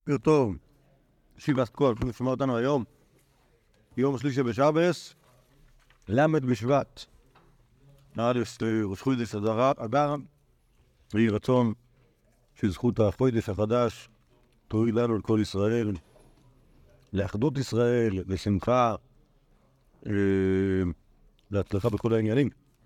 בוקר טוב, שיבת כל, אתם שומעים אותנו היום, יום שלישי בשבס, למד בשבט, נעלס ראש חודש אדר, ויהי רצון שזכות החודש החדש תוריד לנו לכל ישראל, לאחדות ישראל, לשמחה, להצלחה בכל העניינים.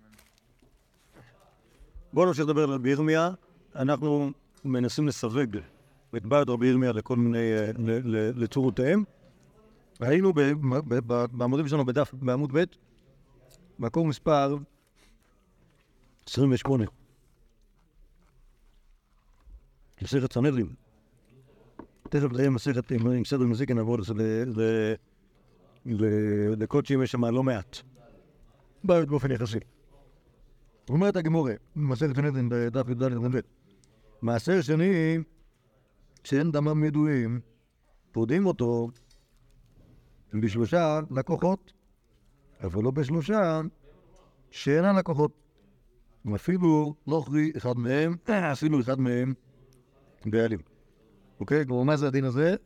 בואו נמשיך לדבר על בירמיה. אנחנו מנסים לסווג את בית רבי ירמיה לכל מיני, לצורותיהם. היינו בעמודים שלנו בדף, בעמוד ב', מקור מספר 28. מסכת סנהדרין. תכף נראה מסכת עם סדר מזיקה, נעבור לקודשים, יש שם לא מעט. בעיות באופן יחסי. אומרת הגמורה, מסכת סנהדרין בדף י"ד עמוד ב', מעשר שני שאין דמם ידועים, פודים אותו בשלושה לקוחות, אבל לא בשלושה שאינן לקוחות. אפילו נוכרי אחד מהם, אפילו אחד מהם בעלים. אוקיי? כמו מה זה הדין הזה?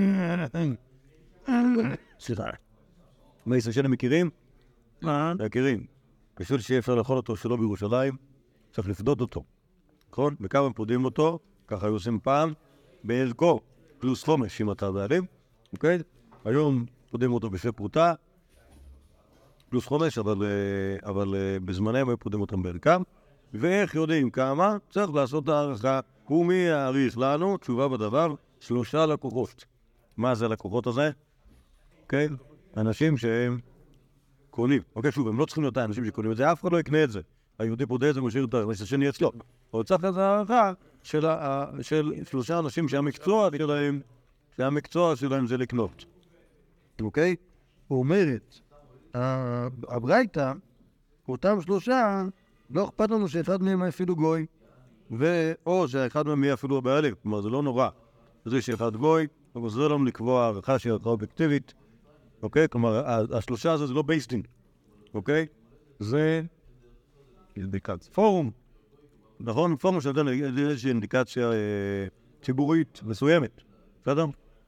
סליחה. מה ישראל שאתם מכירים? מכירים. בשביל שיהיה אפשר לאכול אותו שלא בירושלים, צריך לפדות אותו. נכון? וכמה פודים אותו, ככה היו עושים פעם, בערכו, פלוס חומש אם אתה בעלים, אוקיי? היום פודים אותו בשביל פרוטה, פלוס חומש, אבל בזמנם היו פודים אותם בערכם. ואיך יודעים כמה? צריך לעשות את הערכה. ומי יעריך לנו? תשובה בדבר, 3 לקוחות. מה זה הלקוחות הזה? אוקיי? אנשים שהם קונים. אוקיי, שוב, הם לא צריכים להיות האנשים שקונים את זה, אף אחד לא יקנה את זה. היהודי פודה את זה, משאיר את השני אצלו. אבל צריך את הערכה של 3 אנשים שהמקצוע שלהם זה לקנות. אוקיי? הוא אומרת, הברייתא, אותם 3, לא אכפת לנו שאחד מהם אפילו גוי, או שאחד מהם יהיה אפילו הבעלים. כלומר, זה לא נורא. זה שאחד גוי, אבל עוזר לנו לקבוע הערכה שהיא הערכה אובייקטיבית. אוקיי? כלומר, 3 הזה זה לא בייסטין. אוקיי? זה אינדיקציה. פורום. נכון? פורום שנותן איזושהי אינדיקציה ציבורית מסוימת. בסדר?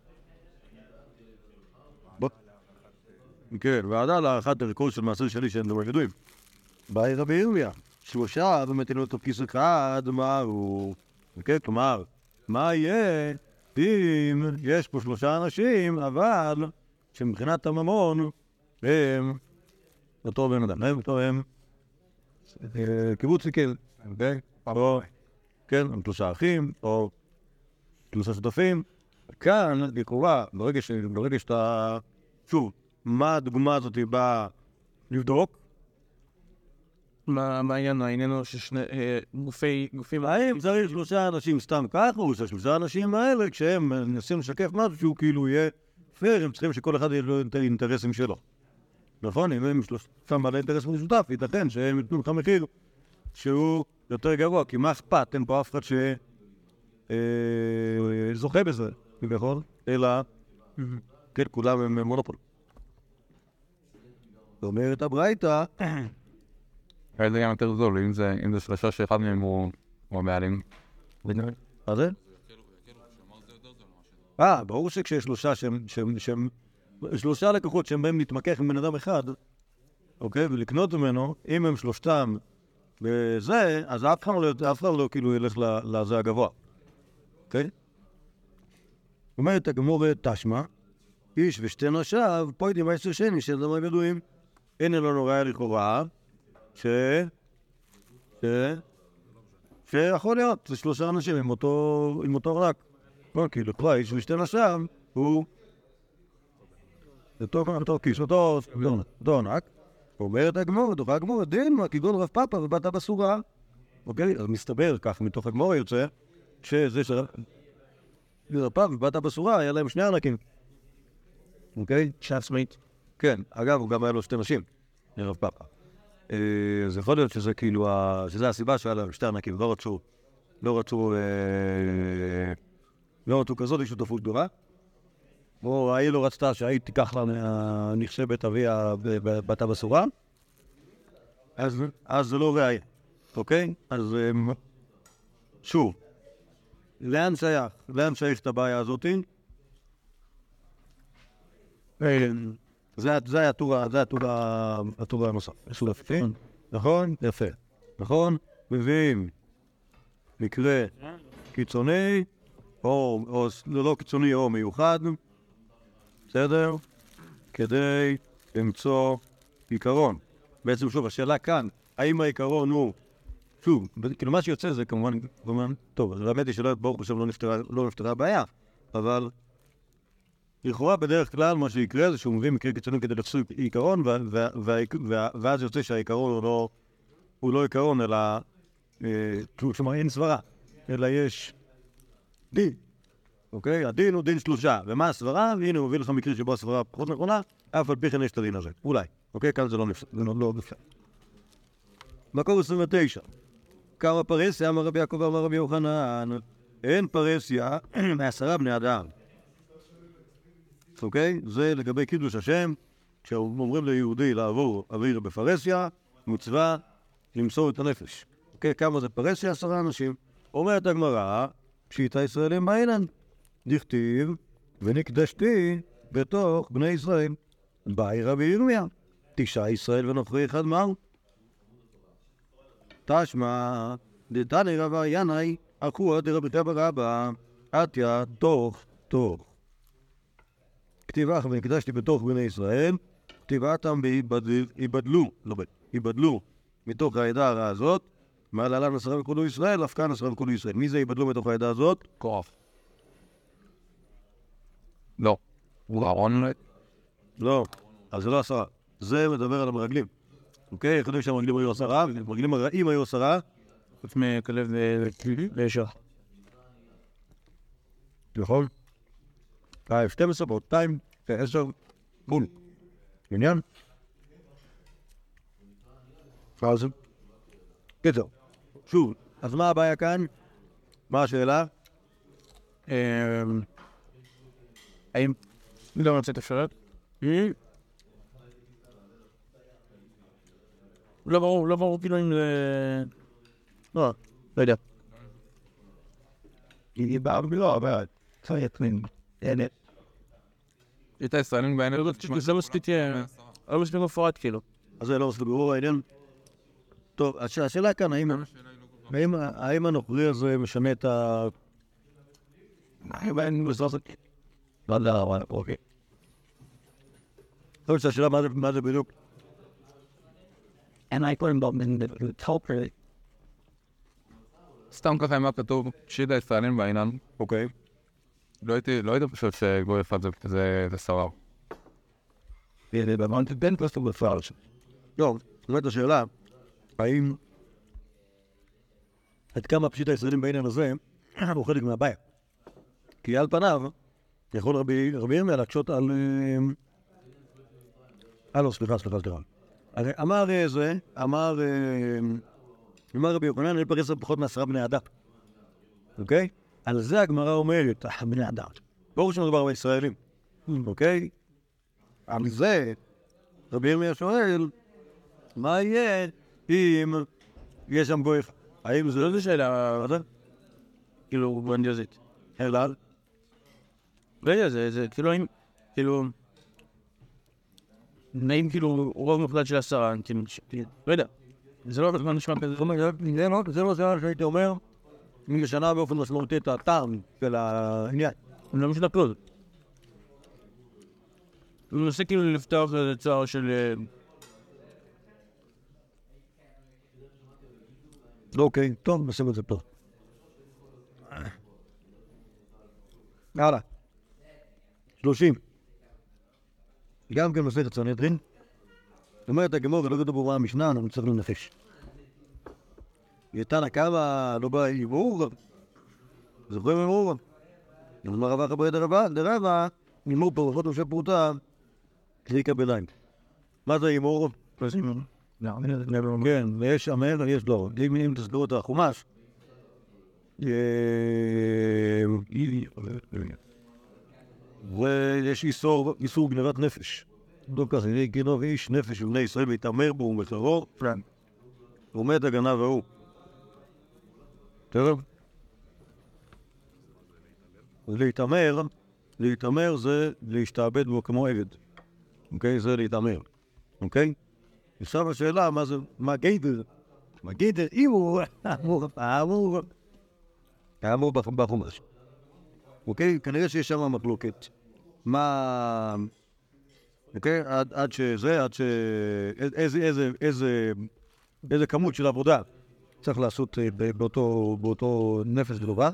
כן, ועדה להערכת הריכוז של מעשר שני שאין דבר ידועים. באי רבי ירמיה, 3 ומתינו אותו כיס אחד, מה הוא? אוקיי? כלומר, מה יהיה אם יש פה 3 אנשים, אבל שמבחינת הממון הם אותו בן אדם, הם קיבוצניקים, אוקיי? או, כן, הם 3 אחים, או 3 שותפים. כאן, לכאורה, ברגע שאתה, שוב, מה הדוגמה הזאת באה לבדוק? מה העניין הוא ששני גופים... האם צריך 3 אנשים סתם ככה, או ש3 אנשים האלה, כשהם מנסים לשקף משהו שהוא כאילו יהיה פייר, הם צריכים שכל אחד יהיה לו אינטרסים שלו. נכון? אם הם 3 בעלי אינטרס משותף, ייתכן שהם יתנו לך מחיר שהוא יותר גרוע, כי מה אכפת? אין פה אף אחד שזוכה בזה, נכון? אלא, כן, כולם הם מונופול. זאת אומרת, הברייתא... זה גם יותר זול, אם זה 3 שאחד מהם הוא הבעלים. מה זה? ברור שכשיש 3 3 לקוחות שהם באים להתמקח עם בן אדם אחד, אוקיי? ולקנות ממנו, אם הם 3 בזה, אז אף אחד לא כאילו ילך לזה הגבוה. אוקיי? אומרת הגמורה תשמע, איש ושתי נשיו, פוידים 10 שני של דברים ידועים. אין לנו ראיה לכאורה, שיכול להיות, זה 3 אנשים עם אותו רק. כי לכאורה איש ושתי נשיו הוא אותו כיס, אותו ענק. אומרת הגמורה, דוחה הגמורה, דין מה, כגון רב פאפא ובאת בסורה. אוקיי? אז מסתבר כך, מתוך הגמורה יוצא, שזה של רב פאפא ובאת בסורה, היה להם 2 ענקים. אוקיי? שעצמאית. כן, אגב, הוא גם היה לו 2 נשים, רב פאפא. אז יכול להיות שזה כאילו, שזה הסיבה שהיה להם 2 ענקים, לא רצו כזאת שותפות גדולה. או היא לא רצתה שהיא תיקח לה נכסי בית אביה בבת בסורה, אז זה לא ראיה, אוקיי? אז שוב, לאן שייך את הבעיה הזאת? זה היה הטור הנוסף. נכון? יפה. נכון? מביאים מקרה קיצוני, או לא קיצוני או מיוחד, בסדר? כדי למצוא עיקרון. בעצם שוב, השאלה כאן, האם העיקרון הוא, שוב, כאילו מה שיוצא זה כמובן, טוב, אז האמת היא שלא ברוך השם לא נפתרה הבעיה, אבל לכאורה בדרך כלל מה שיקרה זה שהוא מביא מקרה קיצוני כדי לפסול עיקרון, ואז יוצא שהעיקרון הוא לא עיקרון, אלא, כלומר אין סברה, אלא יש דין, אוקיי? הדין הוא דין 3, ומה הסברה? והנה הוא מביא לך מקרה שבו הסברה פחות נכונה, אף על פי כן יש את הדין הזה, אולי, אוקיי? כאן זה לא נפסל. מקור 29, כמה פרסיה אמר רבי יעקב אמר רבי יוחנן, אין פרסיה מ10 בני אדם. אוקיי? זה לגבי קידוש השם, כשאומרים ליהודי לעבור אוויר בפרסיה, מצווה למסור את הנפש. אוקיי? כמה זה פרסיה? 10 אנשים. אומרת הגמרא, פשיטא ישראלים באינן, דכתיב ונקדשתי בתוך בני ישראל. באי רבי ירמיה, 9 ישראל ונוכרי אחד מהו. תשמע, דתני רבה ינאי, אחוה דרבי רבא רבא, עטיה תוך. כתיבה ונקדשתי בתוך בני ישראל, כתיבתם ייבדלו מתוך העדה הרעה הזאת, מעללם 10 וכולו ישראל, אף כאן 10 וכולו ישראל. מי זה ייבדלו מתוך העדה הזאת? כוח. לא. הוא אהרון? לא. אז זה לא 10. זה מדבר על המרגלים. אוקיי? איך יודעים שהמרגלים היו 10? המרגלים הרעים היו 10. חוץ מכלב וישר. נכון? 12 ועוד 2, 10, בול. עניין? אז קיצר. שוב, אז מה הבעיה כאן? מה השאלה? האם... אני לא רוצה את השאלות. לא ברור כאילו אם זה... לא יודע. היא באה ולא, אבל... את הישראלים בעיניים. זה מספיק מפורט כאילו. אז זה לא מספיק ברור העניין. טוב, השאלה כאן, האם הנוכרי הזה משנה את ה... לא יודע, אוקיי. טוב, השאלה מה זה בדיוק? סתם ככה אם היה כתוב פשיטא ישראלים בעיניים. אוקיי. לא הייתי חושב שגוי אחד זה סבבה. לא, זאת אומרת השאלה, האם עד כמה פשיטא הישראלים בעניין הזה הוא חלק מהבעיה? כי על פניו יכול רבי ירמיה להקשות על... סליחה. אמר רבי יוחנן, אין פרסיה פחות מ10 בני אדם. אוקיי? על זה הגמרא אומרת, בני אדם. ברור שמדובר בישראלים. אוקיי? על זה רבי ירמיה שואל, מה יהיה אם יש שם גוי אחד? האם זה לא שאלה, כאילו גרנדיוזית. אלא? רגע, זה כאילו אם... כאילו... נעים כאילו רוב מוחלט של 10, כאילו... לא יודע. זה לא נשמע כזה. זה לא שאלה שהייתי אומר, אם ישנה באופן משמעותי את הטעם של העניין. אני לא משנה כלום. הוא מנסה כאילו לפתוח את הצער של... אוקיי, טוב, נשים את זה פה. הלאה. 30. גם כן מסכת סנהדרין. זאת אומרת, הגמרא לא כתוב בו המשנה, אנחנו צריכים לנחש. יתנא קמא לא בא ערעור. זוכרים ערעור? אמר רבא חברי דרבא, הימור פרחות ושל פרוטה, קריקה ביניים. מה זה הימור? כן, ויש אמר, יש לא. אם תסגרו את החומש, ויש איסור גנבת נפש. לא ככה, זה גנוב איש נפש של בני ישראל והתעמר בו ומחרו, ומת הגנב ההוא. טוב? אז להתעמר זה להשתעבד בו כמו עבד. אוקיי? זה להתעמר, אוקיי? עכשיו השאלה, מה זה, מה גדר? מה גדר? אם הוא האמור בחומש. אוקיי? כנראה שיש שם מחלוקת. מה... אוקיי? עד איזה כמות של עבודה צריך לעשות באותו נפש גדולה.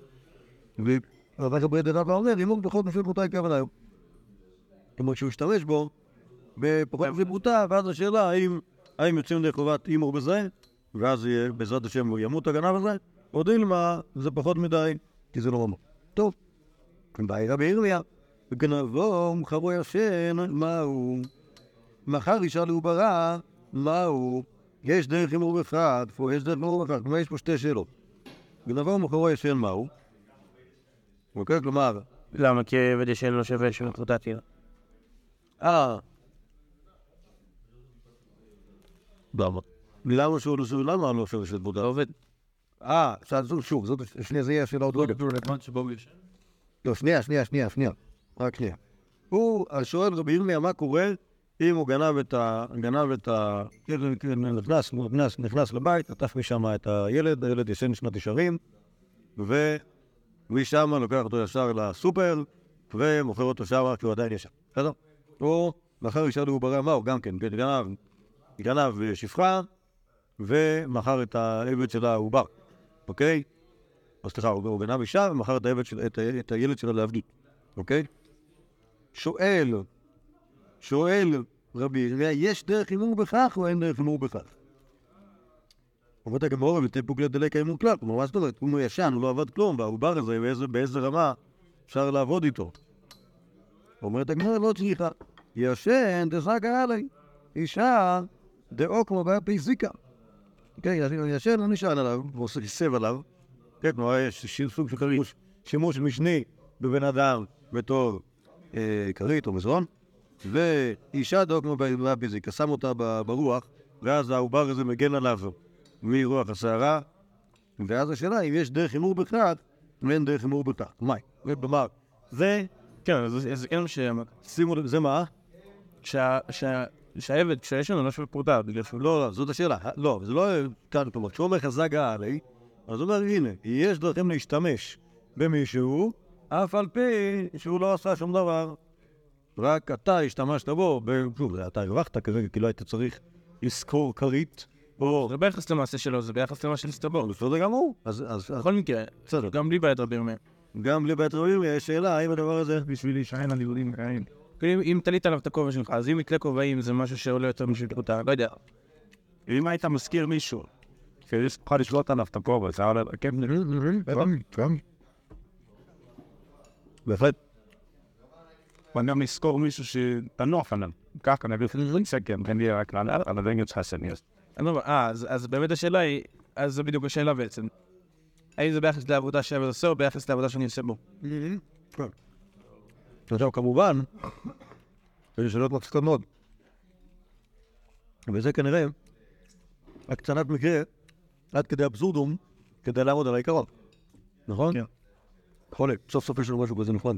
אבל ברדר רבא אומר, אימור פחות משל פרוטה יקבל היום. כלומר, שהוא השתמש בו בפחות משל פרוטה, ואז השאלה האם יוצאים דרך חובת אימור בזה, ואז בעזרת השם הוא ימות הגנב הזה, או דילמה, זה פחות מדי, כי זה לא ממש. טוב, באי רבי ירמיה, וגנבו מחרו ישן, מהו? מחר ישאל הוא ברא, מהו? יש דרך אימור בפרט, יש דרך אימור בפרט, כלומר יש פה שתי שאלות. גנבו מחרו ישן, מהו? אוקיי, כלומר... למה? כי עבד ישן לא שווה של פרוטה תירה. למה? למה שהוא לא שווה של פרוטה? עובד. שוב, שנייה, זה יהיה השאלה עוד רגע. לא, שנייה. רק שנייה. הוא שואל רבי ירמיה מה קורה אם הוא נכנס לבית, נטף משם את הילד ישן שנת ישרים, ומשם לוקח אותו ישר לסופר, ומוכר אותו שם כי הוא עדיין ישר. בסדר? או מחר ישאל הוא ברא מהו, גם כן, גנב שפחה, ומחר את העבד שלה העובר. אוקיי? או סליחה, הוא גנב אישה ומחר את הילד שלה לעבדות. אוקיי? שואל רבי ירמיה, יש דרך אימור בכך או אין דרך אימור בכך? אומרת הגמרא ותפוק לדלק האימור כלל. כלומר, מה זאת אומרת? הוא ישן, הוא לא עבד כלום, והעובר הזה, באיזה רמה אפשר לעבוד איתו? אומרת הגמרא, לא צריכה. ישן דזקה עלי. אישה דאו כמו בפי זיקה. כן, ישן לא נשען עליו, הוא סיסב עליו. כן, כלומר, יש סוג של שימוש משני בבן אדם בתור כרית או מזרון, ואישה דאו כמו בפי זיקה, שם אותה ברוח, ואז העובר הזה מגן עליו מרוח הסערה, ואז השאלה אם יש דרך אימור בכך, ואין דרך אימור בכך. כלומר, זה... כן, זה כן מה שאמרת. שימו לב, זה מה? שהעבד, כשיש לנו לא שווה פרוטה, בגלל שהוא... לא, זאת השאלה. לא, זה לא כאן, כלומר, כשהוא אומר חזקה עלי, אז הוא אומר, הנה, יש דרכים להשתמש במישהו, אף על פי שהוא לא עשה שום דבר. רק אתה השתמשת בו, שוב, אתה הרווחת כרגע, כי לא היית צריך לזכור כרית, או... זה ביחס למעשה שלו, זה ביחס למה שנסתבר. בסדר גמור. בכל מקרה, גם בלי בעיית רבי ירמיה. גם בלי בעיית רבי ירמיה, יש שאלה, האם הדבר הזה... בשביל להישען על יהודים כאלה. אם תלית עליו את הכובע שלך, אז אם יתלה כובעים זה משהו שעולה יותר משל פרוטה, לא יודע. אם היית מזכיר מישהו, שיש לך לשלוט עליו את הכובע, זה עולה... כן, בהחלט. ואני גם נזכור מישהו שתנוח עליו. ככה נביא סקר, אין לי רק לעלה, על הדנגת חסני. אז באמת השאלה היא, אז זו בדיוק השאלה בעצם. האם זה ביחס לעבודה שעבד עושה או ביחס לעבודה שאני עושה בו? עכשיו, כמובן, יש שאלות מצחיקות מאוד. וזה כנראה הקצנת מקרה עד כדי אבסורדום כדי לעמוד על העיקרון. נכון? כן. חולה, סוף סוף יש לנו משהו כזה נחמד.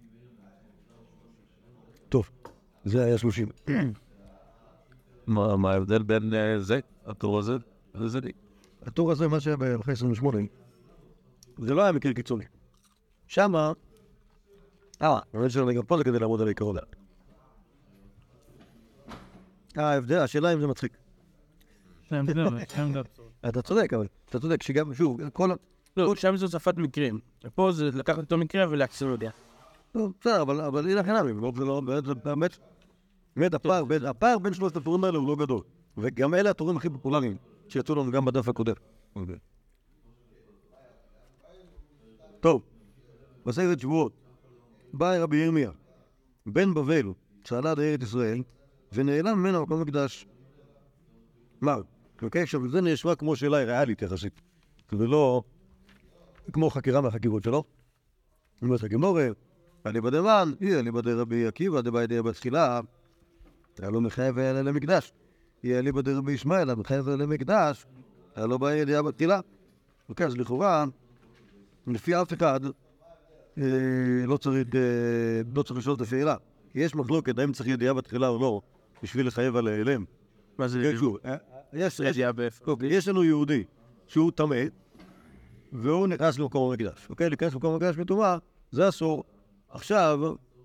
טוב, זה היה 30. מה ההבדל בין זה, הטור הזה, לזה לי? הטור הזה, מה שהיה באחרי 28, זה לא היה מקרה קיצוני. שמה, באמת שאני גם פה זה כדי לעמוד על העיקרון. ההבדל, השאלה אם זה מצחיק. אתה צודק, אבל אתה צודק שגם, שוב, כל... לא, שם זו צפת מקרים. ופה זה לקחת אותו מקרה ולהקצר יודע. טוב, בסדר, אבל הנה חינמים, זה לא, באמת, הפער בין שלושת הטורים האלה הוא לא גדול. וגם אלה הטורים הכי פופולריים שיצאו לנו גם בדף הקודם. טוב, מסכת שבועות. בא רבי ירמיה, בן בבל, צעלה לארץ ישראל, ונעלם ממנו מקום מקדש. מה? אוקיי, עכשיו זה נשמע כמו שאלה ריאלית יחסית. ולא כמו חקירה מהחקירות שלו. אומרת הגמרא, אליבא דמן, אליבא דרבי עקיבא, דבאי די בתחילה, היה לו מחייב אלה למקדש. אליבא דרבי ישמעאל, המחייב אלה למקדש, היה לו באי ידיעה בתחילה. אוקיי, אז לכאורה, לפי אף אחד, לא צריך לשאול את השאלה. יש מחלוקת, האם צריך ידיעה בתחילה או לא, בשביל לחייב על ההיעלם. מה זה? יש לנו יהודי שהוא טמא, והוא נכנס למקום המקדש. אוקיי? להיכנס למקום המקדש בטומאה, זה אסור. עכשיו,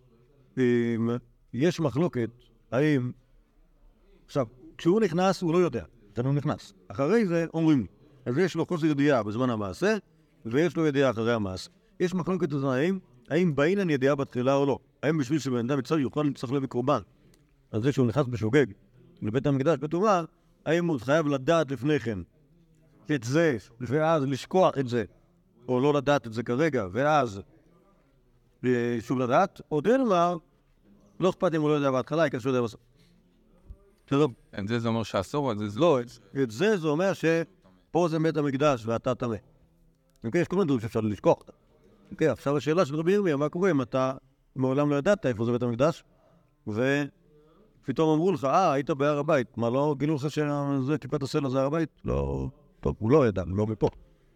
יש מחלוקת, האם... עכשיו, כשהוא נכנס, הוא לא יודע. הוא נכנס. אחרי זה אומרים לי. אז יש לו חוסר ידיעה בזמן המעשה, ויש לו ידיעה אחרי המעשה. יש מחלוקת הזו, האם באינן ידיעה בתחילה או לא? האם בשביל שבן אדם יוכל צריך להביא קורבן? על זה שהוא נכנס בשוגג לבית המקדש בטומאה, האם הוא חייב לדעת לפני כן את זה, ואז לשכוח את זה, או לא לדעת את זה כרגע, ואז שוב לדעת, או דנמר, לא אכפת אם הוא לא יודע בהתחלה, העיקר שהוא יודע בסוף. טוב. את זה אומר שאסור, את זה לא, את זה אומר שפה זה בית המקדש ואתה טמא. אוקיי, יש כל מיני דברים שאפשר לשכוח. אוקיי, עכשיו השאלה של רבי ירמיה, מה קורה אם אתה מעולם לא ידעת איפה זה בית המקדש, ופתאום אמרו לך, היית בהר הבית, מה לא גילו לך שזה טיפת הסלע זה הר הבית? לא, טוב, הוא לא ידע, לא מפה.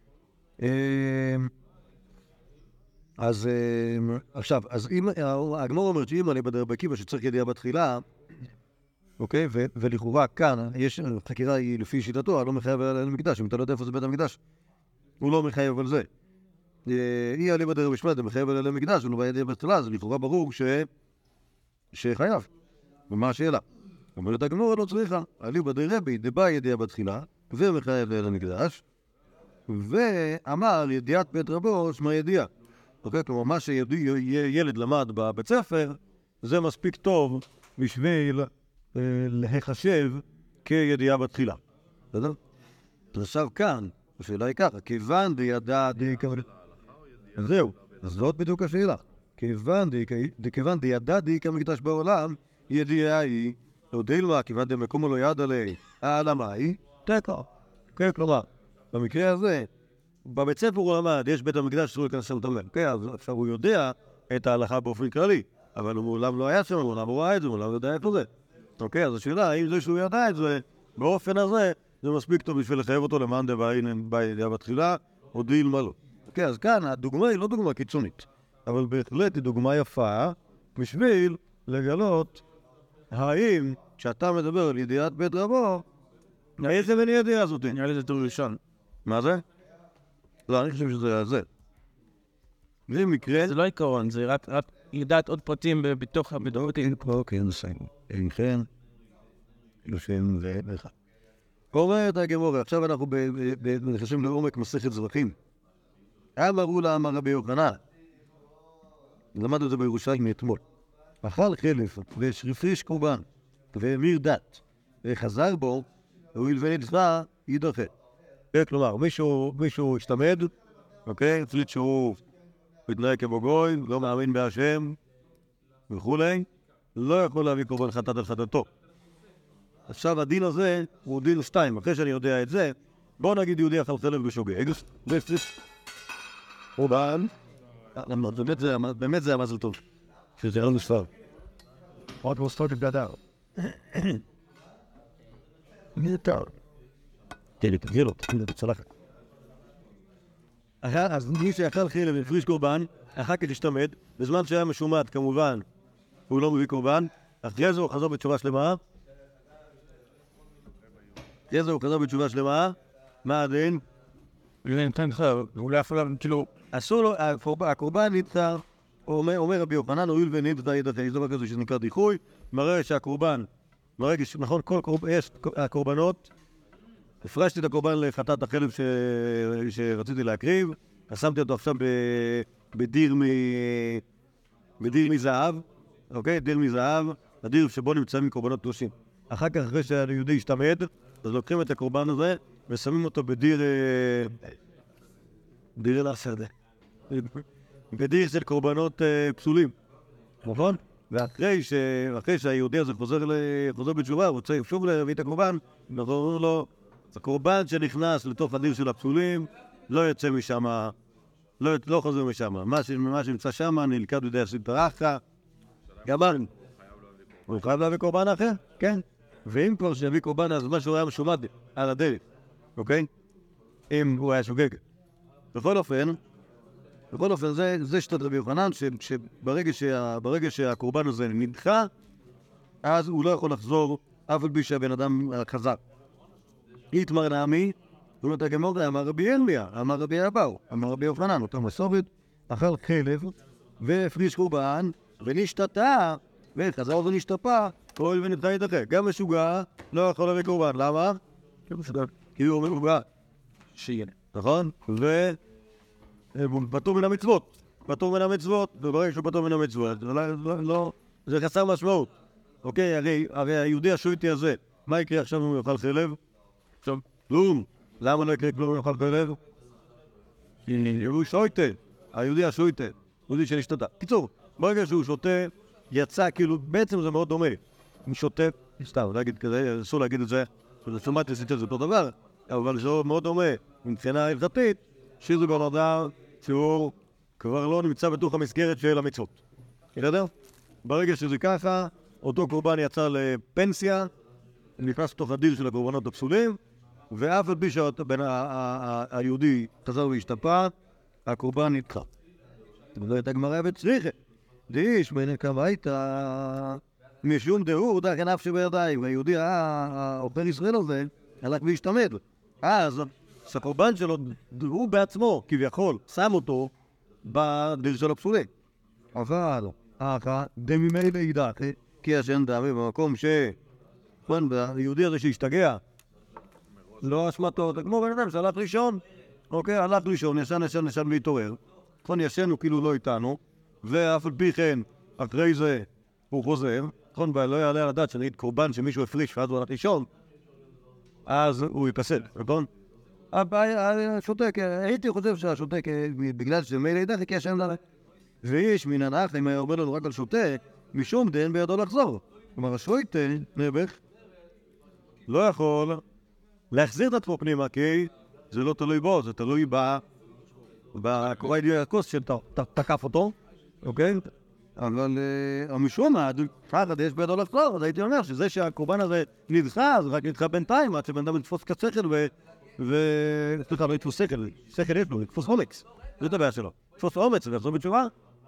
אז עכשיו, אז אם, הגמור אומרת שאם אני בדרבי עקיבא שצריך ידיעה בתחילה, אוקיי, ולכאורה כאן, יש חקירה היא לפי שיטתו, לא מחייב על המקדש, אם אתה לא יודע איפה זה בית המקדש, הוא לא מחייב על זה. אי עלי בדרבי משמעת, הוא מחייב על המקדש, הוא לא בידיעה בתחילה, אז לכאורה ברור שחייב. ומה השאלה? אומרת הגמור לא צריכה, עלי בדרבי דבא ידיעה בתחילה, ומחייב על המקדש, ואמר ידיעת בית רבו שמה ידיעה. אוקיי, כלומר, מה שילד למד בבית ספר, זה מספיק טוב בשביל להיחשב כידיעה בתחילה. בסדר? עכשיו כאן, השאלה היא ככה, כיוון דידע זהו, אז זאת בדיוק השאלה. כיוון דידע דאיכא מקדש בעולם, ידיעה היא, לא דילמה, כיוון דמקומו לא יד עלי, העלמה היא, תקע. כן, כלומר, במקרה הזה, בבית ספר הוא למד, יש בית המקדש שצריך להיכנס שם תמל. כן, אז עכשיו הוא יודע את ההלכה באופן כללי, אבל הוא מעולם לא היה שם, מעולם הוא ראה את זה, מעולם לא יודע איפה זה. אוקיי, אז השאלה, האם זה שהוא ידע את זה, באופן הזה, זה מספיק טוב בשביל לחייב אותו למען דבעין בידיעה בתחילה, או דילמה לא. אוקיי, אז כאן הדוגמה היא לא דוגמה קיצונית, אבל בהחלט היא דוגמה יפה בשביל לגלות האם כשאתה מדבר על ידיעת בית רבו, איזה בין ידיעה הזאת? נראה לי זה תור ראשון. מה זה? לא, אני חושב שזה זה. זה מקרה... זה לא עיקרון, זה רק לדעת עוד פרטים בתוך הבדורתים. אוקיי, נסיים. אין כן, 31. אומרת הגמור, עכשיו אנחנו נכנסים לעומק מסכת זרחים. אמרו לה, אמר רבי יוחנן. למדנו את זה בירושלים מאתמול. אכל חלף והפריש קורבן והמיר דת וחזר בו, הואיל ונדחה, יידחה. כלומר, מישהו השתמד, אוקיי? החליט שהוא מתנהג כמו גוי, לא מאמין בהשם וכולי, לא יכול להביא קורבן חטאת על חטאתו. עכשיו הדין הזה הוא דין 2, אחרי שאני יודע את זה, בוא נגיד יהודי אכל חלב בשוגג, קורבן, באמת זה המזל טוב, שזה לא נשפר. עוד מוסתות בגדר. מי זה טוב? תהיה לי, תגיע לו, תגיע לו, תצלחת. אז מי שאכל חלב והפריש קורבן, אחר כך השתמד, בזמן שהיה משומד כמובן, הוא לא מביא קורבן, אחרי זה הוא חזר בתשובה שלמה. מה הדין? הוא לא יכול, כאילו... אסור לו, הקורבן נדחה, אומר רבי יוחנן, הואיל ונדחה ידחה, יש דבר כזה שנקרא דיחוי, מראה שהקורבן, נכון, יש הקורבנות, הפרשתי את הקורבן לחטאת החלב שרציתי להקריב, שמתי אותו עכשיו בדיר מזהב, אוקיי? דיר מזהב, הדיר שבו נמצאים קורבנות קדושים. אחר כך, אחרי שהיהודי השתמד, אז לוקחים את הקורבן הזה ושמים אותו בדיר בדיר של קורבנות פסולים, נכון? ואחרי שהיהודי הזה חוזר בתשובה, הוא רוצה שוב להביא את הקורבן, אנחנו אומרים לו, הקורבן שנכנס לתוך הדיר של הפסולים, לא יוצא משם, לא חוזר משם. מה שנמצא שם נלכד בידי הסטרחה, גמרנו. הוא חייב להביא קורבן אחר? כן. ואם כבר שיביא קורבן, אז משהו היה משומד על הדלת, אוקיי? אם הוא היה שוגג. בכל אופן, בכל אופן, זה שיטת רבי יוחנן, שברגע שהקורבן הזה נדחה, אז הוא לא יכול לחזור, אף על פי שהבן אדם חזר. איתמר נעמי, זאת אומרת, הגמרא אמר רבי ירמיה, אמר רבי אבאו, אמר רבי יוחנן, אותה מסורת, אכל כלב, והפריש קורבן, ונשתתה, וחזר ונשתפה, הואיל ונדחה ידחה. גם משוגע לא יכול להביא קורבן, למה? כי הוא משוגע. נכון? ופטור מן המצוות. פטור מן המצוות, וברגע שהוא פטור מן המצוות, זה חסר משמעות. אוקיי, הרי היהודי השויטי הזה, מה יקרה עכשיו אם הוא יאכל חלב? כלום. למה לא יקרה כלום אם הוא יאכל חלב? הוא שויטה. היהודי השויטה. יהודי שנשתתה. קיצור, ברגע שהוא שותה, יצא כאילו, בעצם זה מאוד דומה. הוא שותה, סתם, להגיד כזה, אסור להגיד את זה, שמעתי עשיתי את זה אותו דבר, אבל זה מאוד דומה, מבחינה הלכתית, שזה בן אדם שהוא כבר לא נמצא בתוך המסגרת של המצוות. בסדר? ברגע שזה ככה, אותו קורבן יצא לפנסיה, נכנס לתוך הדיר של הקורבנות הפסולים, ואף על פי שהיהודי חזר והשתפע, הקורבן נדחה. לא הייתה גמרא וצריכה. דיש בין כמה הייתה משום דהור דרך ענף שבידיים, והיהודי האוכל ישראל הזה הלך והשתמד. אז הקורבן שלו, הוא בעצמו כביכול שם אותו בדיר של הפסולים. אבל דממילא ידע, כי השן דמי במקום היהודי הזה שהשתגע, לא אשמתו, כמו בן אדם שהלך ראשון, אוקיי, הלך ראשון, ישן והתעורר. נכון, ישן הוא כאילו לא איתנו, ואף על פי כן, אחרי זה הוא חוזר, נכון, ולא יעלה על הדעת שנגיד קורבן שמישהו הפריש ואז הוא הלך לישון, אז הוא ייפסל, נכון? השותק, הייתי חושב שהשותק, בגלל שזה מילא ידע, כי ישן דרך. ויש מן הנח, אם היה אומר לנו רק על שותק, משום דין בידו לחזור. כלומר, השויטה, נעבך, לא יכול להחזיר את עצמו פנימה, כי זה לא תלוי בו, זה תלוי בקוראי דיו הכוס שתקף אותו, אוקיי? אבל המשום פחד יש בידו לחזור, אז הייתי אומר שזה שהקורבן הזה נדחה, אז רק נדחה בינתיים, עד שבן אדם יתפוס קצת שכל סליחה, לא יתפוס שכל, שכל יש לו, יתפוס אומץ, זאת הבעיה שלו. יתפוס אומץ ויחזור בתשובה.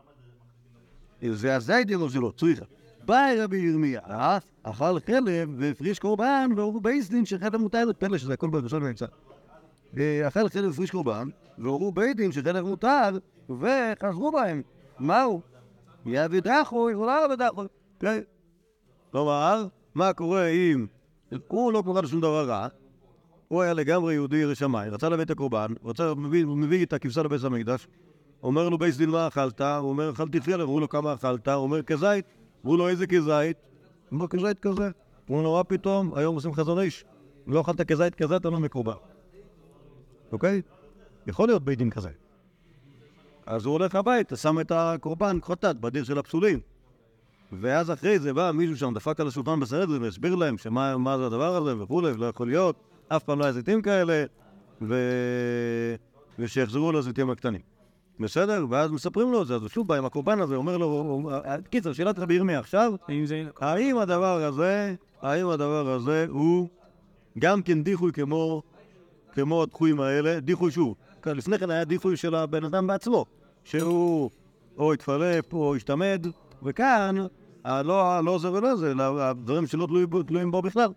זה הייתי אומר שלו, צריכה. באי רבי ירמיה, אכל חלב והפריש קורבן, והוא בייסדין שחלב מותר לפלא, שזה הכל בראשון באמצע. אכל חלב והפריש קורבן, והוא בייסדין שחלב מותר, וחזרו בהם. מהו? יביא דחוי, הוא לא יביא דחוי. כלומר, מה קורה אם הוא לא קורא לשום דבר רע, הוא היה לגמרי יהודי ירא שמיים, רצה להביא את הקורבן, הוא מביא את הכבשה לבית המקדש, אומר לו בייס דין מה אכלת, הוא אומר אכלתי חלב, אמרו לו כמה אכלת, הוא אומר כזית, אמרו לו איזה כזית, הוא אומר כזית כזה, אמרו לו מה פתאום, היום עושים חזון איש, לא אכלת כזית כזה, אתה לא מקורבן. אוקיי? יכול להיות בית דין כזה. אז הוא הולך הביתה, שם את הקורבן חוטאת בדיר של הפסולים. ואז אחרי זה בא מישהו שם, דפק על השולחן בסנהדרין והסביר להם מה זה הדבר הזה וכולי, ולא יכול להיות, אף פעם לא היה זיתים כאלה, ושיחזרו לזיתים הקטנים. בסדר? ואז מספרים לו את זה, אז הוא שוב בא עם הקורבן הזה, אומר לו, קיצר, שאלת רבי ירמיה עכשיו, האם הדבר הזה הוא גם כן דיחוי כמו הדחויים האלה, דיחוי שוב. לפני כן היה דיחוי של הבן אדם בעצמו, שהוא או התפלפ או השתמד, וכאן, לא זה ולא זה, הדברים שלא תלויים בו בכלל.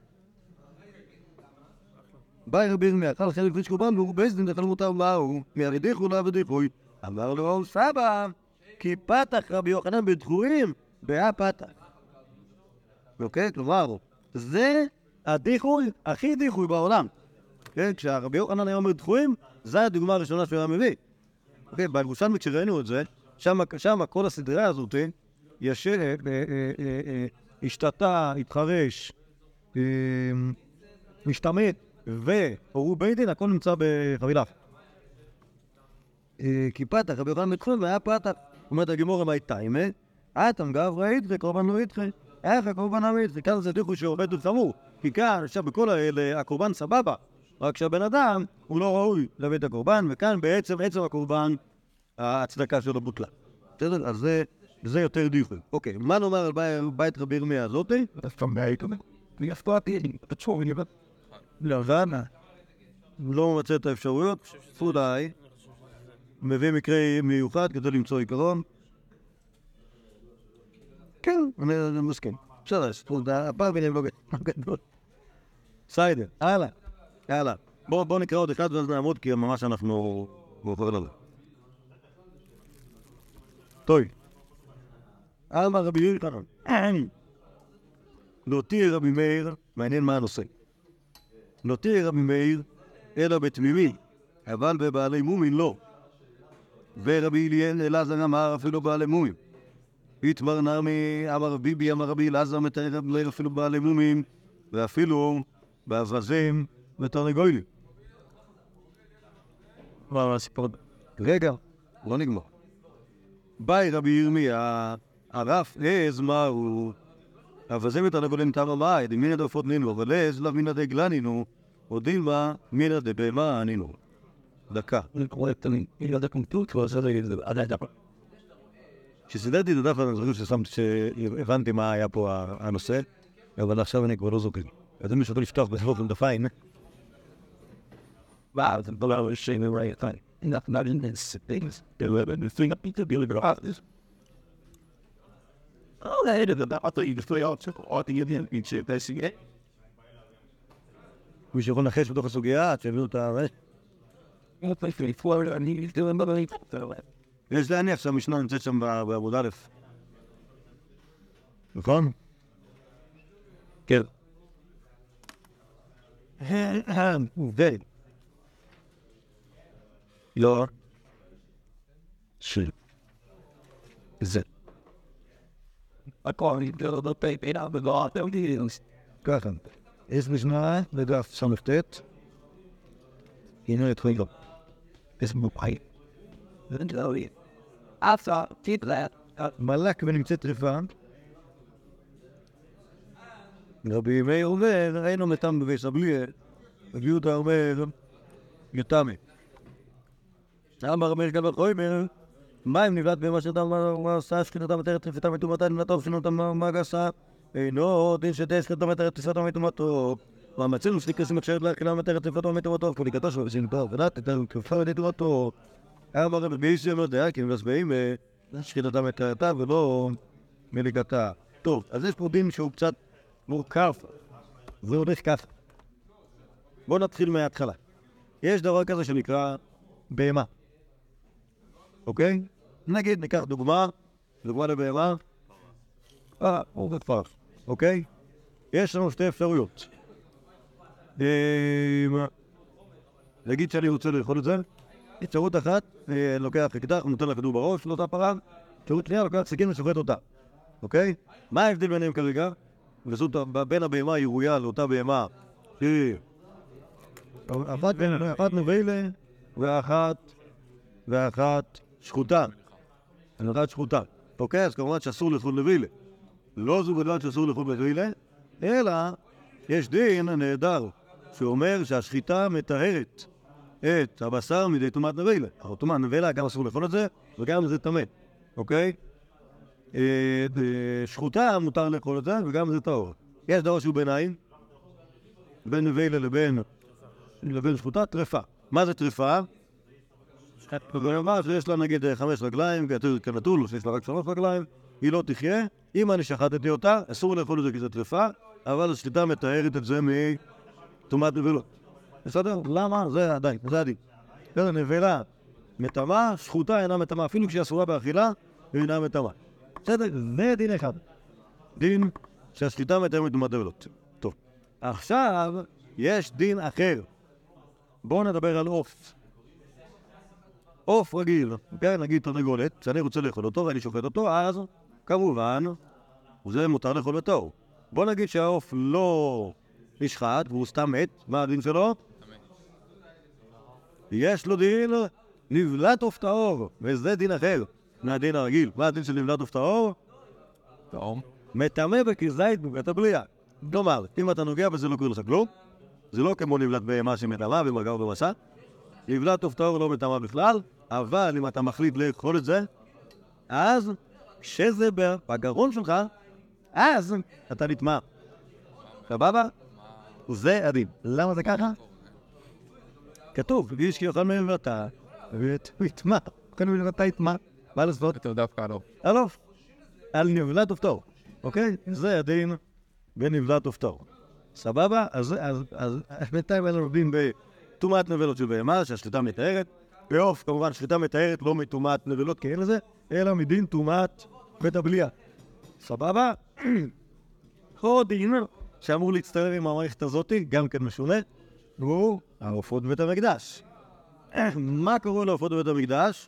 באי רבי ירמיה, אכל חלב והפריש קורבן, והוא בייסדין דאכל מותר מהו, מהרי דיחוי לא ודיחוי. אמר לו, סבא, כי פתח רבי יוחנן בדחויים, פתח. אוקיי? כלומר, זה הדיחוי הכי דיחוי בעולם. כשהרבי יוחנן היה אומר דחויים, זו הדוגמה הראשונה שהוא היה מביא. אוקיי, בירושלמי כשראינו את זה, שם כל הסדרה הזאת, השתתה, התחרש, משתמט, והורו בית דין, הכל נמצא בחבילה. כי פתח, רבי יוחנן בדחויים, והיה פתח. אומרת הגמרא, מה הייתה? אתם גברא איתך, קורבן לא איתך. איך הקורבן לא איתך? כאן זה דיחוי שעובד וחמור. כי כאן, עכשיו בכל האלה, הקורבן סבבה. רק שהבן אדם הוא לא ראוי להביא את הקורבן, וכאן בעצם הקורבן, ההצדקה שלו בוטלה. בסדר? אז זה יותר דיחוי. אוקיי, מה נאמר על בית רבי ירמיה הזאתי? לא ממצא את האפשרויות, אולי מביא מקרה מיוחד כדי למצוא עיקרון. כן, אני מסכים. בסדר, הפעם ביניהם לא גדול. בסדר, הלאה. בואו נקרא עוד אחד ואז נעמוד, כי ממש אנחנו מאוחרים עליו. טוב. אלמה רבי יאיר חנן. לא תהיה רבי מאיר, מעניין מה הנושא. לא תהיה רבי מאיר, אלא בתמימי, אבל בבעלי מומין לא. ורבי אלעזר אמר אפילו בעלי מומין. התמר נרמי, אמר ביבי, אמר רבי אלעזר, מתאר אפילו בעלי מומין, ואפילו באברזים ותרנגולים. מה הסיפור? רגע, לא נגמר. ביי רבי ירמיה, הרף עז מהו, אברזים ותרנגולים תמה מאי, דמינא דעופות נינו, אבל עז לאו מינא דגלנינו, או דילמה מינא דבהמה ענינו. דקה. כשסידרתי את הדף, אני חושב שהבנתי מה היה פה הנושא, אבל עכשיו אני כבר לא זוכר. אז אני משתתף לפתוח בסוף עם דפיים. Wow, the below is saying the right thing. Not in this things. The thing up to be able to this. Oh, that is the I thought you could play out I think you didn't eat shit. That's it. מי שיכול לנחש בתוך הסוגיה, שהביאו את ה... I think Florida and he's doing another יש להניח שהמשנה נמצאת שם בעמוד א'. נכון? כן. לא. של. זה. I call it the baby out of the God. Don't you? ככה. יש משנה לדף ס"ט. הנה התחיל לו. It's my pipe. I thought, keep that. מלאק ונמצאת טריפה. רבי מאיר אומר, אינו מתם בבי סבליה. רבי יהודה אומר, יתמה. אמר רבי יגאל בר חוימר, מים נבלת במה שאתה מה עשה, שכינתה מתארת טריפתה מטומאתה, נמלטה ושכינתה מה גסה. אינו דין שתהיה שכינתה מתארת טריפתה מטומאתו. והמצינו שתיכנסים הקשרת להכינה מתארת טריפתה מטומאתו, פוליקתו שלו ושנתו, ודעת את התקופה ונטומאתו. אמר רבי ישי אמר דעה, כי הם מסבעים שכינתה מתארתה ולא מליקתה. טוב, אז יש פה דין שהוא קצת מורכב. זה הולך ככה. בואו נתחיל מההתחלה. יש דבר כזה שנקרא בהמה. אוקיי? נגיד, ניקח דוגמה לבהמה. הוא כבר. אוקיי? יש לנו שתי אפשרויות. נגיד שאני רוצה לאכול את זה. אפשרות אחת, לוקח אקדח, נותן לה כדור בראש, לאותה פרה. אפשרות שנייה, לוקח סכין ושוחט אותה. אוקיי? מה ההבדל ביניהם כרגע? וזאת בין הבהמה הירויה לאותה בהמה שהיא אחת נבלה ואחת שחוטה. אחת שחוטה. אוקיי? אז כמובן שאסור לאכול נבלה. לא זו בלבד שאסור לאכול נבלה, אלא יש דין נהדר שאומר שהשחיטה מטהרת את הבשר מידי טומאת נבלה. טומאת נבלה גם אסור לאכול את זה וגם זה טמא. אוקיי? שחוטה מותר לאכול את זה וגם זה טהור. יש דבר שהוא ביניים, בין נבלה לבין שחוטה, טרפה. מה זה טרפה? כלומר שיש לה נגיד 5 רגליים, כנתון לו שיש לה רק 3 רגליים, היא לא תחיה. אם אני שחטתי אותה, אסור לאכול את זה כי זה טרפה, אבל השחיטה מטהרת את זה מטומאת נבלות. בסדר? למה? זה עדיין, זה הדין. נבלה מטמאה, שחוטה אינה מטמאה, אפילו כשהיא אסורה באכילה, היא אינה מטמאה. בסדר? זה דין אחד. דין שהשחיטה מטהרת מטומאת נבלות. טוב. עכשיו יש דין אחר. בואו נדבר על עוף. עוף רגיל, כן, נגיד תרנגולת, שאני רוצה לאכול אותו ואני שופט אותו, אז כמובן, זה מותר לאכול בטהור. בוא נגיד שהעוף לא נשחט והוא סתם מת, מה הדין שלו? יש לו דין נבלת עוף טהור, וזה דין אחר מהדין הרגיל. מה הדין של נבלת עוף טהור? טהור. מטמא בכזית בבית הבריאה. כלומר, אם אתה נוגע בזה לא קורה לך כלום, זה לא כמו נבלת בהמה שמטמאה במגע ובמסע. נבלת עוף טהור לא מטמא בכלל, אבל אם אתה מחליט לאכול את זה, אז כשזה בגרון שלך, אז אתה נטמא. סבבה? זה הדין. למה זה ככה? כתוב, איש כי יאכל מהם ואתה, ויטמע. כאן הוא נראתה יטמע. מה לעשות? יותר דווקא לא. אלוף. על נבלת ופטור. אוקיי? זה הדין בנבלת ופטור. סבבה? אז בינתיים אלה לומדים בטומאת נבלות של בהמה, שהשליטה מתארת. בעוף, כמובן, שליטה מתארת לא מטומאת נבלות כי אין לזה, אלא מדין טומאת בית הבליעה. סבבה? עוד דין שאמור להצטרף עם המערכת הזאת, גם כן משונה, הוא העופות בבית המקדש. מה קורה לעופות בבית המקדש?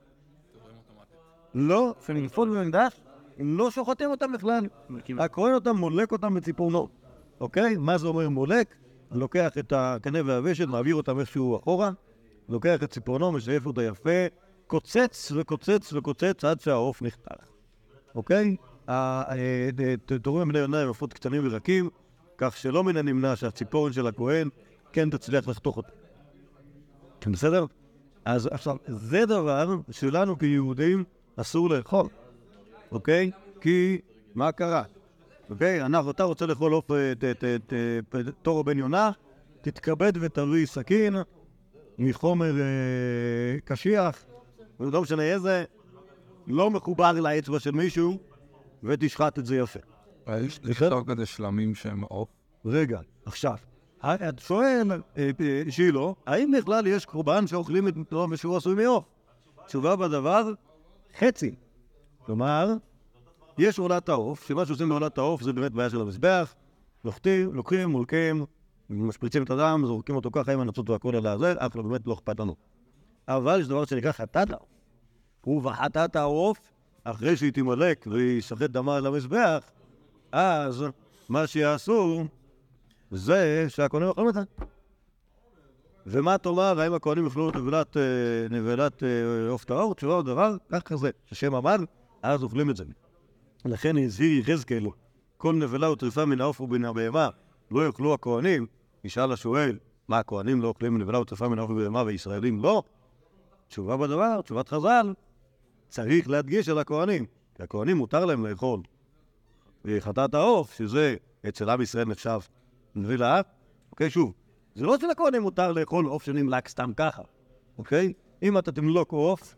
לא, עופות בבית המקדש, לא שוחטים אותם בכלל. הכהן אותם מולק אותם בציפורנו. אוקיי? מה זה אומר מולק? לוקח את הקנה והוושת, מעביר אותם איכשהו אחורה, לוקח את ציפורנו, משייף אותה יפה, קוצץ וקוצץ וקוצץ עד שהעוף נחתך. אוקיי? תורים בני יונה הם עופות קטנים ורקים, כך שלא מן הנמנע שהציפורן של הכהן כן תצליח לחתוך אותה. כן, בסדר? אז עכשיו, זה דבר שלנו כיהודים אסור לאכול. אוקיי? כי מה קרה? אוקיי? אתה רוצה לאכול עוף תורו בן יונה, תתכבד ותביא סכין מחומר קשיח, לא משנה איזה, לא מחובר לאצבע של מישהו, ותשחט את זה יפה. יש לכתוב כזה שלמים שהם עוף? רגע, עכשיו, את שואל, שילה, האם בכלל יש קורבן שאוכלים את אותו ושהוא עשוי מעוף? תשובה בדבר, חצי. כלומר, יש עולת העוף, שמה שעושים בעולת העוף זה באמת בעיה של המזבח, לוקחים, מולקים, משפריצים את הדם, זורקים אותו ככה עם הנצות והכל על הזה, אף לא באמת לא אכפת לנו. אבל יש דבר שנקרא חטאת העוף. ובחטאת העוף, אחרי שהיא תימלק וישחט דמה על המזבח, אז מה שיעשו זה שהכהנים יאכלו אותה. ומה תאמר, האם הכהנים יאכלו את נבלת עוף טהור? תשובה עוד דבר, כך כזה, ששם אמר, אז אוכלים את זה. לכן הזהיר יחזקאל, כל נבלה וטריפה מן העוף ומן הבהמה לא יאכלו הכהנים. ישאל השואל, מה הכהנים לא אוכלים נבלה וטריפה מן העוף ובהמה וישראלים לא? תשובה בדבר, תשובת חז"ל, צריך להדגיש על הכהנים, כי הכהנים מותר להם לאכול חטאת העוף, שזה אצל עם ישראל נחשב נבלה. אוקיי, שוב, זה לא שלכהנים מותר לאכול עוף שנמלק סתם ככה, אוקיי? אם אתה תמלוק עוף,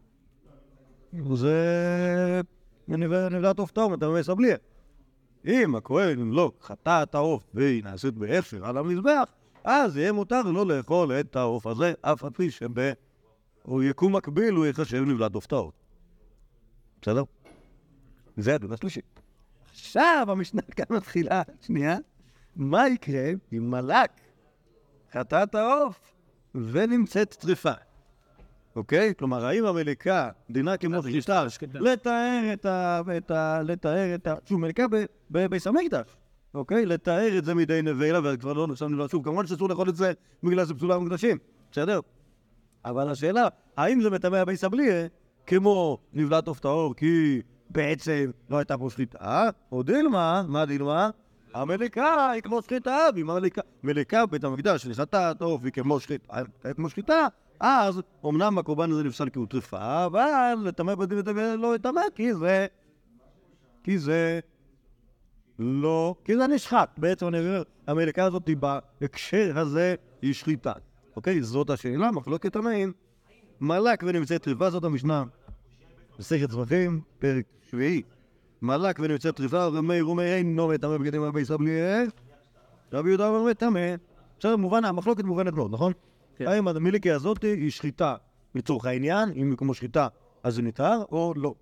זה נבלת עוף טוב, אתה ממש בלי. אם הכהן ימלוק חטאת העוף והיא נעשית בהכשר על המזבח, אז יהיה מותר לא לאכול את העוף הזה, אף על פי או יקום מקביל הוא יחשב נבלת עוף טוב. בסדר? זה הדבר השלישי. עכשיו המשנה כאן מתחילה, שנייה, מה יקרה אם מלק חטאת העוף ונמצאת טריפה? אוקיי? כלומר, האם המליקה דינה כמו שליטה לתאר את שוב, מליקה בבית המקדש, אוקיי? לתאר את זה מדי נבלה, וכבר לא נחשב נבלה. שוב, כמובן שאסור לאכול את זה בגלל זה פסולה במקדשים, בסדר? אבל השאלה, האם זה מטמא בית הבליעה כמו נבלת עוף טהור, כי בעצם לא הייתה פה שחיטה, או דילמה, מה דילמה? המליקה היא כמו שחיטה, ואם המליקה בבית המקדש שחטאת עוף היא כמו שחיטה, אז אמנם הקורבן הזה נפסל כי הוא טריפה, אבל לטמא בדין לא יטמא, כי זה נשחט. בעצם אני אומר, המליקה הזאת בהקשר הזה היא שחיטה. אוקיי? זאת השאלה, מחלוקת תנאים. מלק ונמצאת טריפה, זאת המשנה. מסכת זבחים, פרק 7. מלק ונמצאת טריפה, רומי אינו מטמא בגדים הבית הבליעה. רבי יהודה אומר מטמא. בסדר, המחלוקת מובנת מאוד, נכון? האם המיליקה הזאת היא שחיטה לצורך העניין, אם היא כמו שחיטה אז זה ניתר או לא.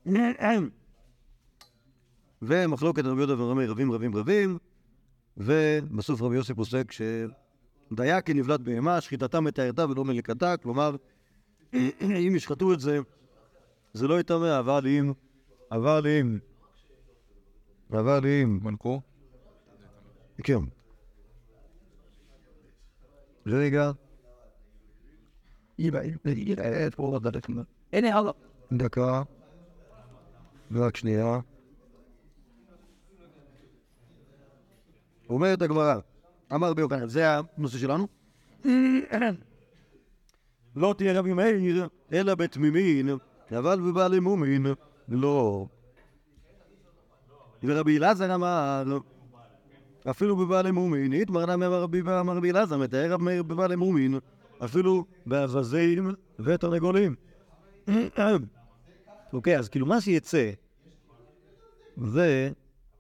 ומחלוקת רבי יהודה ורמי רבים, ובסוף רבי יוסי פוסק שדיה כנבלת בהמה, שחיטתה מתארתה ולא מליקתה, כלומר, אם ישחטו את זה, זה לא יטמא, אבל אם מנקו? כן. רגע. הנה הלאה. דקה. רק שנייה. אומרת הגמרא, אמר רבי יוחנן, זה הנושא שלנו? לא תהיה רבי מאיר, אלא בתמימין, אבל בבעלי מומין, לא. ורבי אלעזר אמר, אפילו בבעלי מומין, התמרנה אמר רבי אלעזר, מתאר רבי מאיר בבעלי מומין, אפילו באווזים ותרנגולים. אוקיי, אז כאילו מה שיצא זה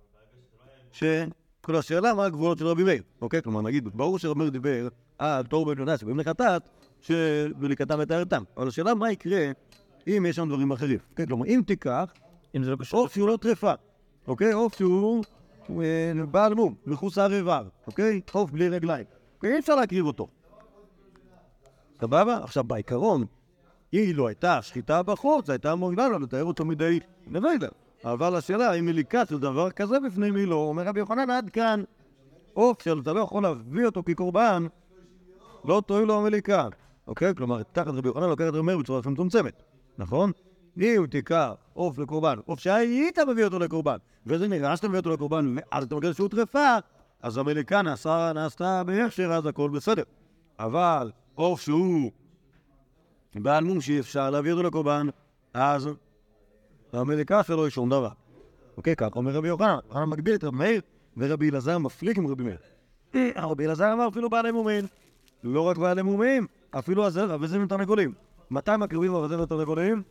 שכל השאלה מה הגבולות של רבי מאיר. אוקיי, כלומר נגיד, ברור שרבי מאיר דיבר על תור בן יהודה שבאים לחטאת ולקטם את הארתם. אבל השאלה מה יקרה אם יש שם דברים אחרים. אוקיי, כלומר אם תיקח, אם זה לא קשור. עוף שהוא לא טרפה. אוקיי, עוף שהוא בעל מום, מחוסר איבר. אוקיי, עוף בלי רגליים. אוקיי, אי אפשר להקריב אותו. סבבה? עכשיו בעיקרון, היא לא הייתה שחיטה בחוץ, הייתה מורידה לו לתאר אותו מדי נביידר. אבל השאלה, אם מליקה של דבר כזה בפני מי לא, אומר רבי יוחנן עד כאן, עוף שאתה לא יכול להביא אותו כקורבן, לא תועיל לו המליקה. אוקיי? כלומר, תחת רבי יוחנן לוקח את רבי מאיר בצורה מצומצמת, נכון? אם תיקח עוף לקורבן, עוף שהיית מביא אותו לקורבן, וזה נראה שאתה מביא אותו לקורבן, ואז אתה מגלה שהוא טרפה, אז המליקה נעשתה בהכשר, אז הכל בסדר. אבל עוף שהוא בעל מום שאפשר להביא אותו לקורבן, אז המליקה שלו היא שום דבר. אוקיי, כך אומר רבי יוחנן, יוחנן מגביל את רבי מאיר, ורבי אלעזר מפליג עם רבי מאיר. רבי אלעזר אמר אפילו בעלי מומים, לא רק בעלי מומים, אפילו אווזים ותרנגולים. מתי מקריבים אווזים ותרנגולים?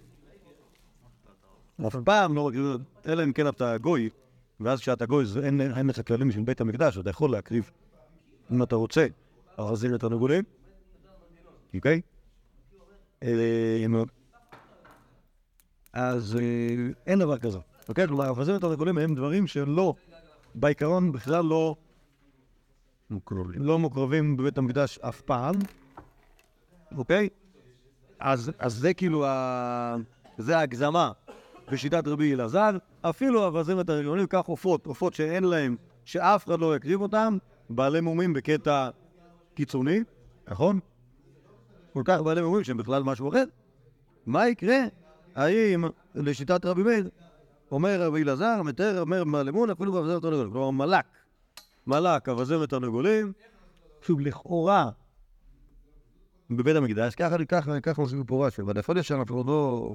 אף פעם לא מקריבים, אלא אם כן אתה גוי, ואז כשאתה גוי אין לך כללים של בית המקדש, אתה יכול להקריב אם אתה רוצה אווזים ותרנגולים. אוקיי? אז אין דבר כזה. אוקיי? כלומר, אווזים ותרנגולים הם דברים שלא, בעיקרון בכלל לא מוקרבים בבית המקדש אף פעם. אוקיי? אז זה כאילו, זה ההגזמה בשיטת רבי אלעזר. אפילו אווזים ותרנגולים, כך עופות שאין להם, שאף אחד לא יקריב אותם, בעלי מומים בקטע קיצוני, נכון? כל כך בעלי מומים שהם בכלל משהו אחר. מה יקרה? האם לשיטת רבי מאיר, אומר רבי אלעזר, מתאר, אומר מעלמון, אפילו באווזים ותרנגולים. כלומר, מלק, אווזים ותרנגולים, שוב, לכאורה, בבית המקדש, ככה עושים פורש, אבל יכול להיות שאנחנו לא...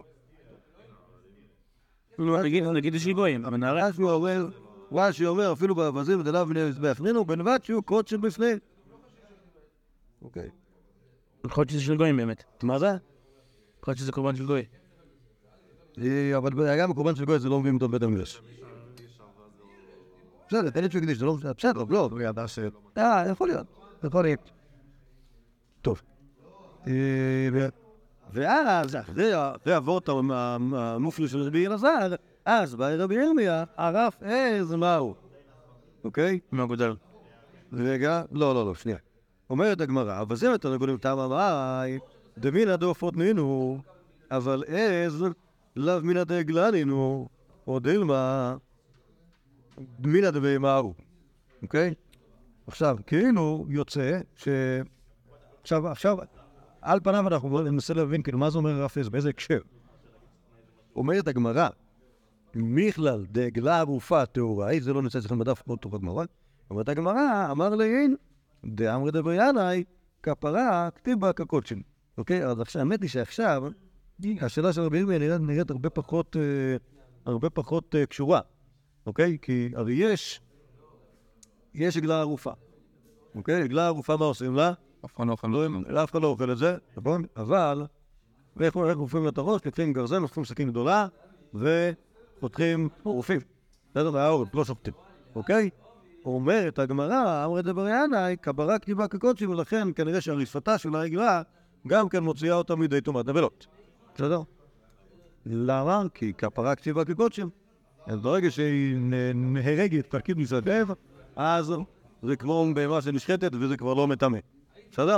נגיד יש לי גויים, אבל נערה. רש"י אומר, אפילו באווזים ודליו בהפנינו, בנבד שהוא קודש בפני. אוקיי. יכול להיות שזה של גויים באמת. מה זה? יכול להיות שזה קורבן של גוי. אבל גם הקורבן של גוי זה לא מביאים אותו בבית המקדש. בסדר, תן לי שהוא יקדיש, זה לא... בסדר, לא. יכול להיות. טוב. ואז, אחרי אבות המופלא של רבי אלעזר, אז בא רבי ירמיה, ערף מהו. אוקיי? מה גודל? רגע, לא, שנייה. אומרת הגמרא, אווזים ותרנגולים תמה מאי, דמינא דעופות נינו, אבל לאו מינא דעגלה נינו, או דילמה, מינא דבהמה הוא. אוקיי? עכשיו, כאילו יוצא ש... עכשיו, על פניו אנחנו ננסה להבין כאילו מה זה אומר רב עז, באיזה הקשר. אומרת הגמרא, מכלל דעגלה ערופה טהוראי, זה לא נמצא אצלכם בדף כמו תורת גמרא, אומרת הגמרא, אמר לעין, דאמרי דברי ינאי, כפרה כתיבה כקודשין. אוקיי? אז עכשיו, האמת היא שעכשיו, השאלה של רבי ירמיה נראית הרבה פחות קשורה. אוקיי? כי הרי יש עגלה ערופה. אוקיי? עגלה ערופה מה עושים לה? אף אחד לא אוכל את זה, נכון? אבל, ואיך עופים לה את הראש, לקחים גרזן, עופים סכין גדולה, ופותחים עורפים. זה העורף, לא שופטים. אוקיי? אומרת הגמרא, אמרי דברי ינאי, כפרה כתיבה כקודשין, ולכן כנראה שהריסתה של העגלה גם כן מוציאה אותה מידי טומאת נבלות. בסדר? למה? כי כפרה כתיבה כקודשין. אז ברגע שהיא נהרגת תרכיב מסתגב, אז זה כמו בהמה שנשחטת וזה כבר לא מטמא. בסדר?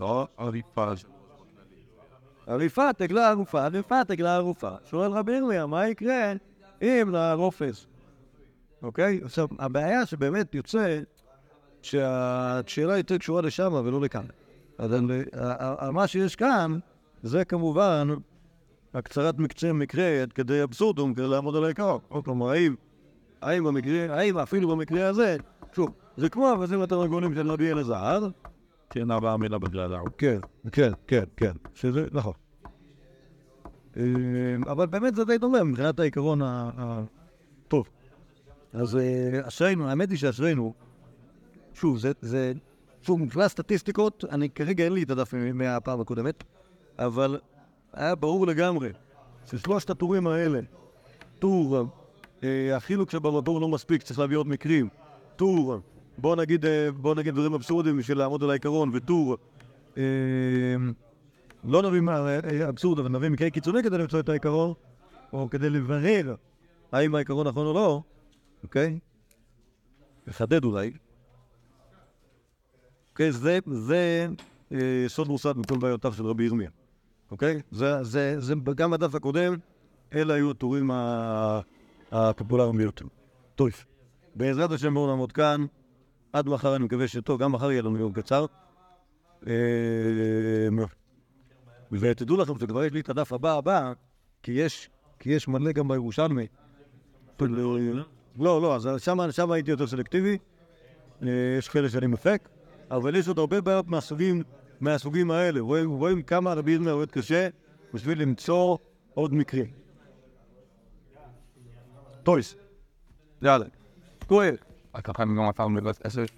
עריפת עגלה ערופה. שואל רבי ירמיה, מה יקרה אם לרופס? אוקיי? עכשיו, הבעיה שבאמת יוצא שהשאלה יותר קשורה לשם ולא לכאן. אז מה שיש כאן זה כמובן הקצרת מקרה עד כדי אבסורדום כדי לעמוד על העיקר. כלומר, האם אפילו במקרה הזה, שוב, זה כמו אווזים ותרנגולים של רבי אלעזר. כן, 4 מילה בגלל העוק. כן, שזה נכון. אבל באמת זה די דומה מבחינת העיקרון טוב. אז אשרינו, האמת היא שאשרינו, שוב, שוב, מבחינת סטטיסטיקות, אני כרגע אין לי את הדף מהפעם הקודמת, אבל היה ברור לגמרי ששלושת הטורים האלה, טור, החילוק שבמטור לא מספיק, צריך להביא עוד מקרים, טור, בוא נגיד דברים אבסורדים בשביל לעמוד על העיקרון, וטור, לא נביא אבסורד, אבל נביא מקרי קיצוני כדי למצוא את העיקרון, או כדי לברר האם העיקרון נכון או לא, אוקיי? לחדד אולי. אוקיי, זה סוד מוסד מכל בעיותיו של רבי ירמיה. אוקיי? זה גם בדף הקודם, אלה היו הטורים הפופולריים ביותר. טוב. בעזרת השם בואו נעמוד כאן. עד מחר אני מקווה שטוב, גם מחר יהיה לנו יום קצר. ותדעו לכם שכבר יש לי את הדף הבא, כי יש מלא גם בירושלמי. לא, אז שם הייתי יותר סלקטיבי. יש כאלה שאני מפק, אבל יש עוד הרבה בעיות מהסוגים האלה. רואים כמה רבי ירמיה עובד קשה בשביל למצוא עוד מקרים. טויס. יאללה. כואב. ככה אני גם עצרנו לבית 10.